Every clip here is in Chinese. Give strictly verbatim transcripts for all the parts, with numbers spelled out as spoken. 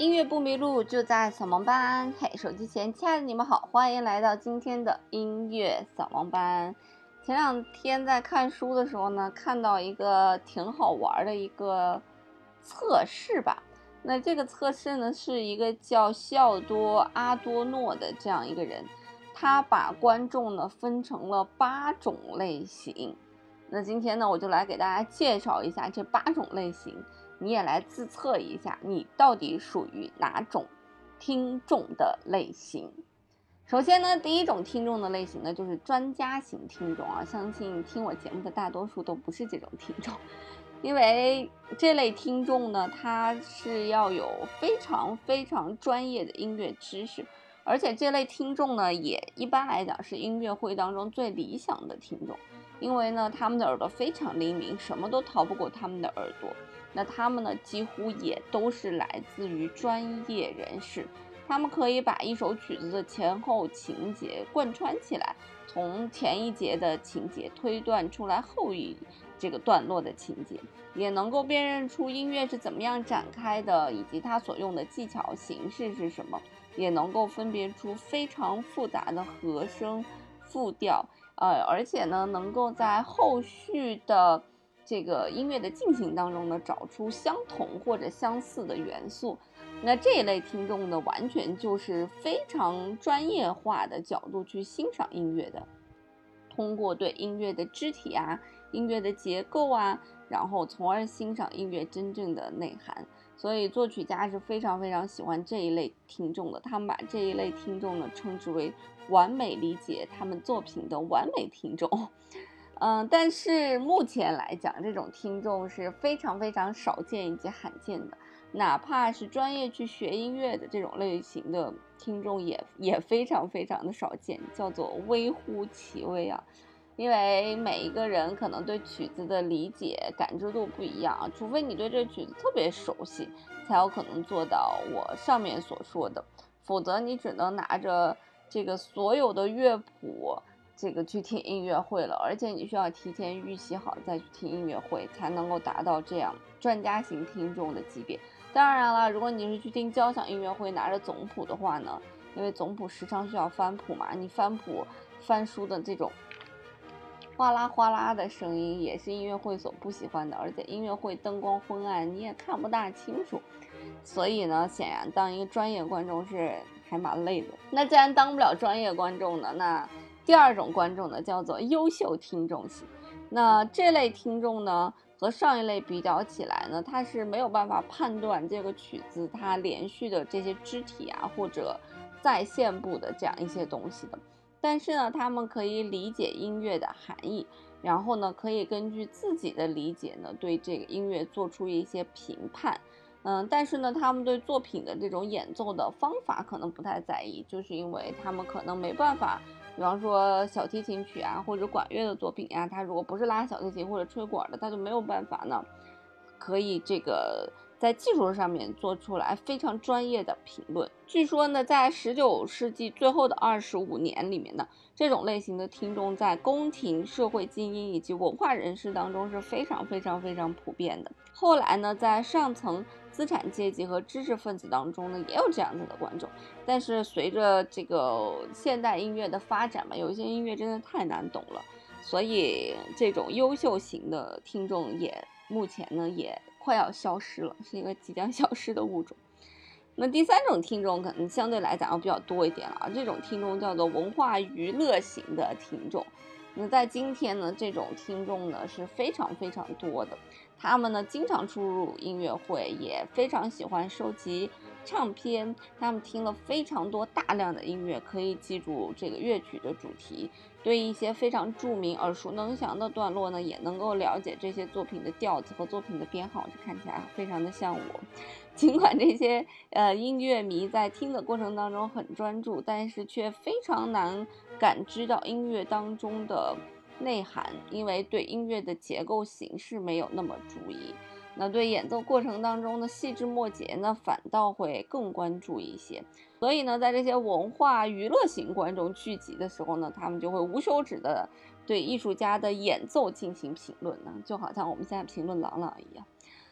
音乐不迷路，就在扫盲班。嘿，手机前亲爱的你们好，欢迎来到今天的音乐扫盲班。前两天在看书的时候呢，看到一个挺好玩的一个测试吧。那这个测试呢，是一个叫西奥多·阿多诺的这样一个人，他把观众呢分成了八种类型。那今天呢，我就来给大家介绍一下这八种类型，你也来自测一下，你到底属于哪种听众的类型。首先呢，第一种听众的类型呢，就是专家型听众啊，相信听我节目的大多数都不是这种听众，因为这类听众呢，他是要有非常非常专业的音乐知识，而且这类听众呢，也一般来讲是音乐会当中最理想的听众，因为呢，他们的耳朵非常灵敏，什么都逃不过他们的耳朵。那他们呢，几乎也都是来自于专业人士，他们可以把一首曲子的前后情节贯穿起来，从前一节的情节推断出来后一这个段落的情节，也能够辨认出音乐是怎么样展开的，以及它所用的技巧形式是什么，也能够分别出非常复杂的和声、复调，呃，而且呢，能够在后续的这个音乐的进行当中呢，找出相同或者相似的元素。那这一类听众呢，完全就是非常专业化的角度去欣赏音乐的，通过对音乐的肢体啊、音乐的结构啊，然后从而欣赏音乐真正的内涵。所以作曲家是非常非常喜欢这一类听众的，他们把这一类听众呢称之为完美理解他们作品的完美听众。嗯，但是目前来讲，这种听众是非常非常少见以及罕见的，哪怕是专业去学音乐的这种类型的听众也也非常非常的少见，叫做微乎其微啊。因为每一个人可能对曲子的理解感知度不一样啊，除非你对这曲子特别熟悉，才有可能做到我上面所说的，否则你只能拿着这个所有的乐谱这个去听音乐会了，而且你需要提前预习好再去听音乐会，才能够达到这样专家型听众的级别。当然了，如果你是去听交响音乐会拿着总谱的话呢，因为总谱时常需要翻谱嘛，你翻谱翻书的这种哗啦哗啦的声音也是音乐会所不喜欢的，而且音乐会灯光昏暗，你也看不大清楚，所以呢，显然当一个专业观众是还蛮累的。那既然当不了专业观众呢，那第二种观众呢叫做优秀听众型。那这类听众呢和上一类比较起来呢，他是没有办法判断这个曲子它连续的这些肢体啊或者再现部的这样一些东西的，但是呢他们可以理解音乐的含义，然后呢可以根据自己的理解呢对这个音乐做出一些评判。嗯，但是呢，他们对作品的这种演奏的方法可能不太在意，就是因为他们可能没办法，比方说小提琴曲啊，或者管乐的作品呀、啊，他如果不是拉小提琴或者吹管的，他就没有办法呢，可以这个在技术上面做出来非常专业的评论。据说呢，在十九世纪最后的二十五年里面呢，这种类型的听众在宫廷、社会精英以及文化人士当中是非常非常非常普遍的。后来呢，在上层资产阶级和知识分子当中呢，也有这样子的观众。但是随着这个现代音乐的发展嘛，有一些音乐真的太难懂了，所以这种优秀型的听众也目前呢也快要消失了，是一个即将消失的物种。那第三种听众可能相对来讲要比较多一点了啊，这种听众叫做文化娱乐型的听众。那在今天呢，这种听众呢是非常非常多的，他们呢经常出入音乐会，也非常喜欢收集唱片，他们听了非常多大量的音乐，可以记住这个乐曲的主题，对一些非常著名耳熟能详的段落呢，也能够了解这些作品的调子和作品的编号，这看起来非常的像我。尽管这些呃音乐迷在听的过程当中很专注，但是却非常难感知到音乐当中的内涵，因为对音乐的结构形式没有那么注意。那对演奏过程当中的细枝末节呢，反倒会更关注一些。所以呢，在这些文化娱乐型观众聚集的时候呢，他们就会无休止的对艺术家的演奏进行评论呢，就好像我们现在评论郎朗一样。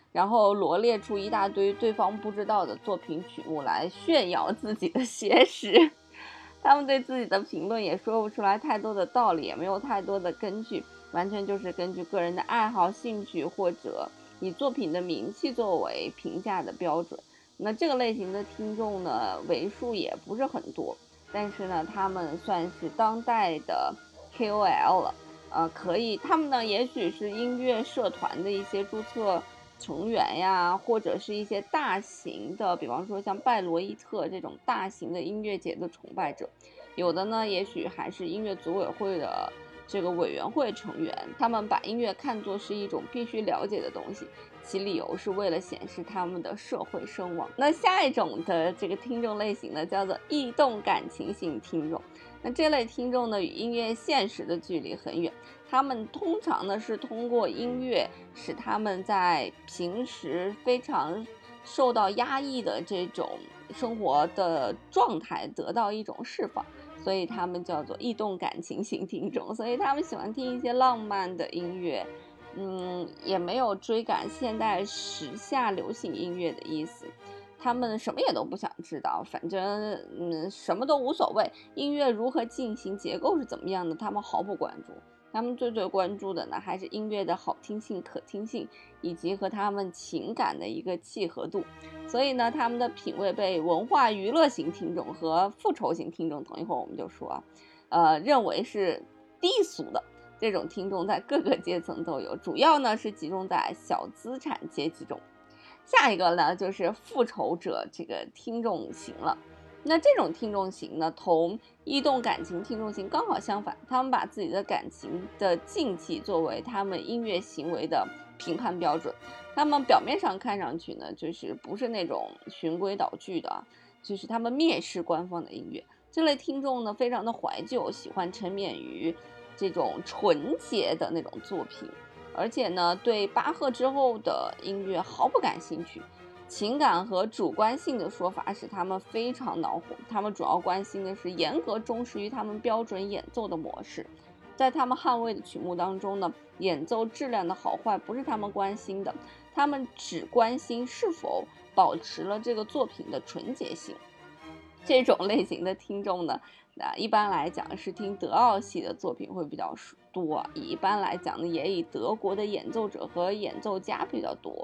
然后罗列出一大堆对方不知道的作品曲目来炫耀自己的学识。他们对自己的评论也说不出来太多的道理，也没有太多的根据，完全就是根据个人的爱好、兴趣或者以作品的名气作为评价的标准。那这个类型的听众呢，为数也不是很多，但是呢，他们算是当代的 K O L 了。呃，可以，他们呢，也许是音乐社团的一些注册成员呀，或者是一些大型的，比方说像拜罗伊特这种大型的音乐节的崇拜者，有的呢，也许还是音乐组委会的这个委员会成员，他们把音乐看作是一种必须了解的东西，其理由是为了显示他们的社会声望。那下一种的这个听众类型呢，叫做异动感情型听众。那这类听众呢，与音乐现实的距离很远，他们通常呢是通过音乐使他们在平时非常受到压抑的这种生活的状态得到一种释放，所以他们叫做异动感情型听众。所以他们喜欢听一些浪漫的音乐，嗯，也没有追赶现代时下流行音乐的意思。他们什么也都不想知道，反正嗯什么都无所谓，音乐如何进行，结构是怎么样的，他们毫不关注。他们最最关注的呢，还是音乐的好听性、可听性，以及和他们情感的一个契合度。所以呢，他们的品味被文化娱乐型听众和复仇型听众，等一会儿我们就说，呃，认为是低俗的。这种听众在各个阶层都有，主要呢是集中在小资产阶级中。下一个呢就是复仇者这个听众型了。那这种听众型呢，同异动感情听众型刚好相反，他们把自己的感情的禁忌作为他们音乐行为的评判标准。他们表面上看上去呢，就是不是那种循规蹈矩的，就是他们蔑视官方的音乐。这类听众呢，非常的怀旧，喜欢沉湎于这种纯洁的那种作品，而且呢，对巴赫之后的音乐毫不感兴趣。情感和主观性的说法使他们非常恼火，他们主要关心的是严格忠实于他们标准演奏的模式。在他们捍卫的曲目当中呢，演奏质量的好坏不是他们关心的，他们只关心是否保持了这个作品的纯洁性。这种类型的听众呢，啊，一般来讲是听德奥系的作品会比较多，一般来讲呢，也以德国的演奏者和演奏家比较多。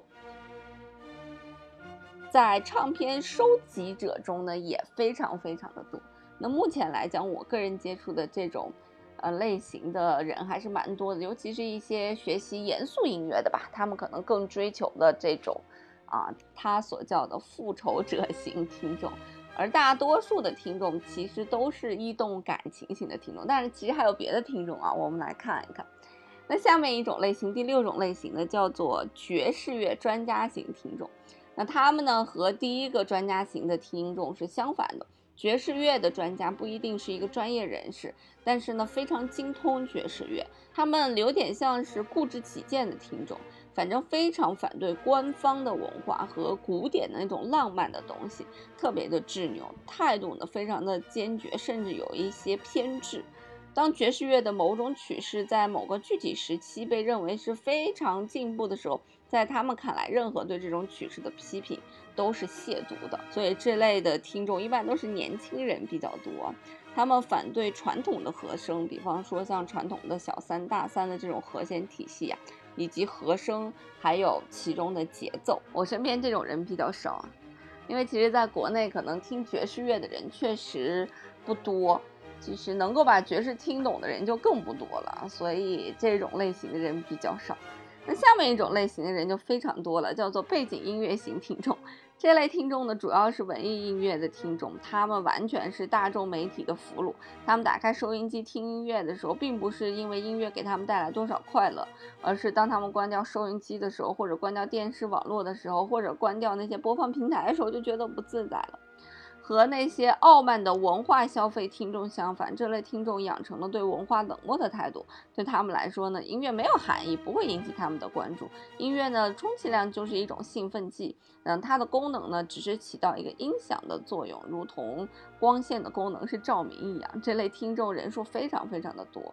在唱片收集者中呢，也非常非常的多。那目前来讲，我个人接触的这种呃类型的人还是蛮多的，尤其是一些学习严肃音乐的吧，他们可能更追求的这种啊，他所叫的复仇者型听众。而大多数的听众其实都是异动感情型的听众，但是其实还有别的听众啊，我们来看一看。那下面一种类型，第六种类型呢，叫做爵士乐专家型听众。那他们呢和第一个专家型的听众是相反的。爵士乐的专家不一定是一个专业人士，但是呢非常精通爵士乐，他们有点像是固执己见的听众，反正非常反对官方的文化和古典的那种浪漫的东西，特别的执拗，态度呢非常的坚决，甚至有一些偏执。当爵士乐的某种曲式在某个具体时期被认为是非常进步的时候，在他们看来，任何对这种曲式的批评都是亵渎的。所以这类的听众一般都是年轻人比较多，他们反对传统的和声，比方说像传统的小三大三的这种和弦体系啊，以及和声，还有其中的节奏。我身边这种人比较少，因为其实在国内可能听爵士乐的人确实不多，其实能够把爵士听懂的人就更不多了，所以这种类型的人比较少。那下面一种类型的人就非常多了，叫做背景音乐型听众。这类听众呢，主要是文艺音乐的听众，他们完全是大众媒体的俘虏。他们打开收音机听音乐的时候，并不是因为音乐给他们带来多少快乐，而是当他们关掉收音机的时候，或者关掉电视网络的时候，或者关掉那些播放平台的时候，就觉得不自在了。和那些傲慢的文化消费听众相反，这类听众养成了对文化冷漠的态度。对他们来说呢，音乐没有含义，不会引起他们的关注。音乐呢，充其量就是一种兴奋剂，嗯，它的功能呢，只是起到一个音响的作用，如同光线的功能是照明一样。这类听众人数非常非常的多。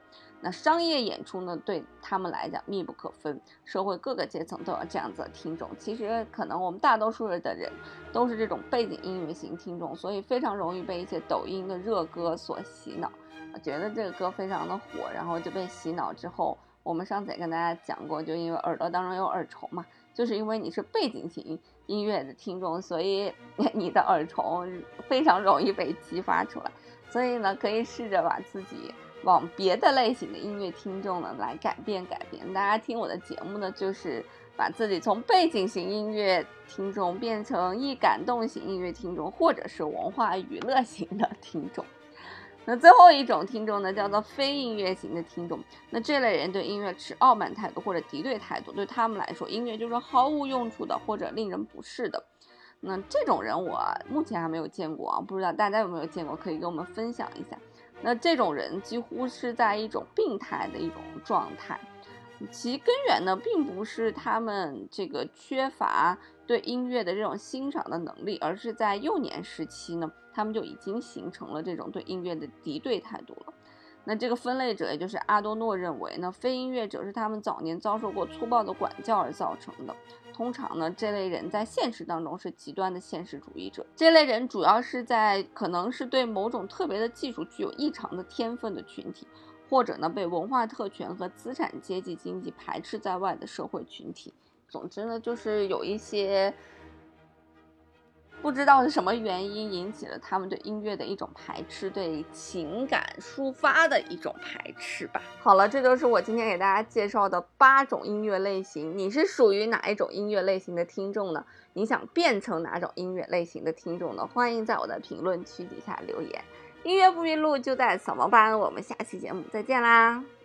那商业演出呢，对他们来讲密不可分，社会各个阶层都有这样子的听众。其实可能我们大多数人的人都是这种背景音乐型听众，所以非常容易被一些抖音的热歌所洗脑，觉得这个歌非常的火，然后就被洗脑之后，我们上次也跟大家讲过，就因为耳朵当中有耳虫嘛，就是因为你是背景型音乐的听众，所以你的耳虫非常容易被激发出来。所以呢，可以试着把自己往别的类型的音乐听众呢来改变改变。大家听我的节目呢，就是把自己从背景型音乐听众变成易感动型音乐听众，或者是文化娱乐型的听众。那最后一种听众呢，叫做非音乐型的听众。那这类人对音乐持傲慢态度或者敌对态度，对他们来说，音乐就是毫无用处的或者令人不适的。那这种人我目前还没有见过啊，不知道大家有没有见过，可以跟我们分享一下。那这种人几乎是在一种病态的一种状态，其根源呢，并不是他们这个缺乏对音乐的这种欣赏的能力，而是在幼年时期呢，他们就已经形成了这种对音乐的敌对态度了。那这个分类者，也就是阿多诺认为呢，非音乐者是他们早年遭受过粗暴的管教而造成的。通常呢，这类人在现实当中是极端的现实主义者。这类人主要是在可能是对某种特别的技术具有异常的天分的群体，或者呢被文化特权和资产阶级经济排斥在外的社会群体。总之呢，就是有一些不知道是什么原因引起了他们对音乐的一种排斥，对情感抒发的一种排斥吧。好了，这就是我今天给大家介绍的八种音乐类型。你是属于哪一种音乐类型的听众呢？你想变成哪种音乐类型的听众呢？欢迎在我的评论区底下留言。音乐不迷路就在扫盲班，我们下期节目再见啦。